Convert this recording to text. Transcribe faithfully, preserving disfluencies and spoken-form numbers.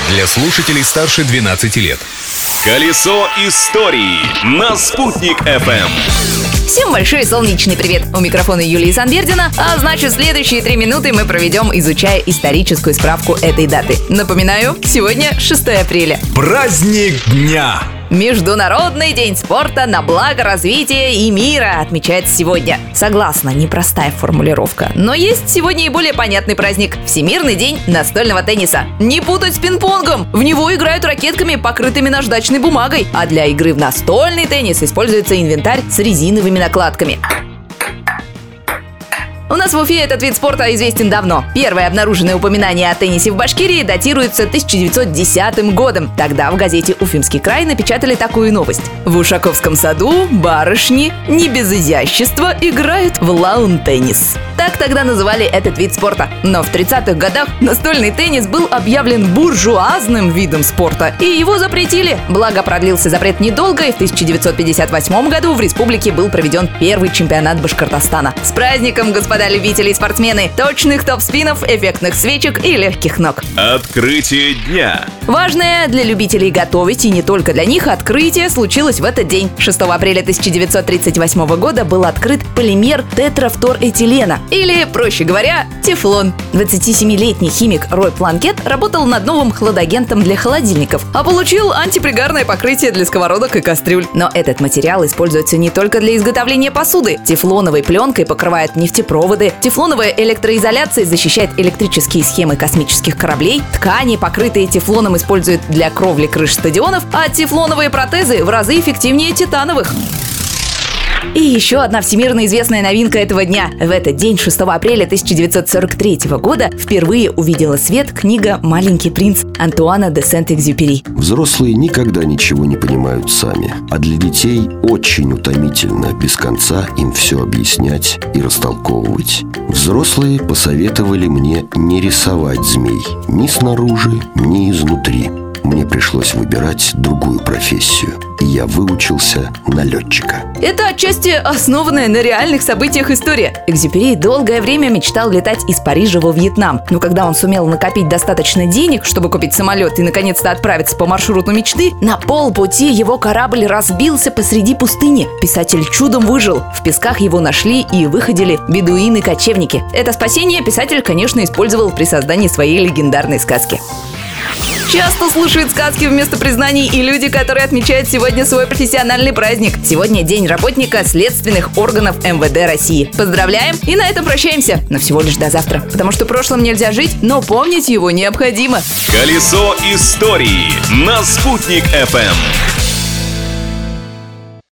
для слушателей старше двенадцати лет. Колесо истории на Спутник эф эм. Всем большой солнечный привет! У микрофона Юлия Санбердина, а значит, следующие три минуты мы проведем, изучая историческую справку этой даты. Напоминаю, сегодня шестое апреля. Праздник дня! Международный день спорта на благо развития и мира отмечается сегодня. Согласна, непростая формулировка. Но есть сегодня и более понятный праздник – Всемирный день настольного тенниса. Не путать с пинг-понгом! В него играют ракетками, покрытыми наждачной бумагой. А для игры в настольный теннис используется инвентарь с резиновыми накладками. У нас в Уфе этот вид спорта известен давно. Первое обнаруженное упоминание о теннисе в Башкирии датируется тысяча девятьсот десятым годом. Тогда в газете «Уфимский край» напечатали такую новость. В Ушаковском саду барышни не без изящества играют в лаун-теннис. Так тогда называли этот вид спорта. Но в тридцатых годах настольный теннис был объявлен буржуазным видом спорта, и его запретили. Благо, продлился запрет недолго, и в тысяча девятьсот пятьдесят восьмом году в республике был проведен первый чемпионат Башкортостана. С праздником, господа любители и спортсмены! Точных топ-спинов, эффектных свечек и легких ног. Открытие дня. Важное для любителей готовить, и не только для них, открытие случилось в этот день. шестого апреля тысяча девятьсот тридцать восьмого года был открыт полимер тетрафторэтилена, или, проще говоря, тефлон. двадцатисемилетний химик Рой Планкет работал над новым хладагентом для холодильников, а получил антипригарное покрытие для сковородок и кастрюль. Но этот материал используется не только для изготовления посуды. Тефлоновой пленкой покрывают нефтепроводы, тефлоновая электроизоляция защищает электрические схемы космических кораблей, ткани, покрытые тефлоном, используют для кровли крыш стадионов, а тефлоновые протезы в разы эффективнее титановых. И еще одна всемирно известная новинка этого дня. В этот день, шестого апреля тысяча девятьсот сорок третьего года, впервые увидела свет книга «Маленький принц» Антуана де Сент-Экзюпери. Взрослые никогда ничего не понимают сами, а для детей очень утомительно без конца им все объяснять и растолковывать. Взрослые посоветовали мне не рисовать змей ни снаружи, ни изнутри. Мне пришлось выбирать другую профессию, и я выучился на летчика. Это отчасти основанная на реальных событиях история. Экзюпери долгое время мечтал летать из Парижа во Вьетнам. Но когда он сумел накопить достаточно денег, чтобы купить самолет и наконец-то отправиться по маршруту мечты, на полпути его корабль разбился посреди пустыни. Писатель чудом выжил. В песках его нашли и выходили бедуины-кочевники. Это спасение писатель, конечно, использовал при создании своей легендарной сказки. Часто слушают сказки вместо признаний и люди, которые отмечают сегодня свой профессиональный праздник. Сегодня день работника следственных органов эм вэ дэ России. Поздравляем и на этом прощаемся. Но всего лишь до завтра. Потому что прошлым нельзя жить, но помнить его необходимо. Колесо истории на Спутник эф эм.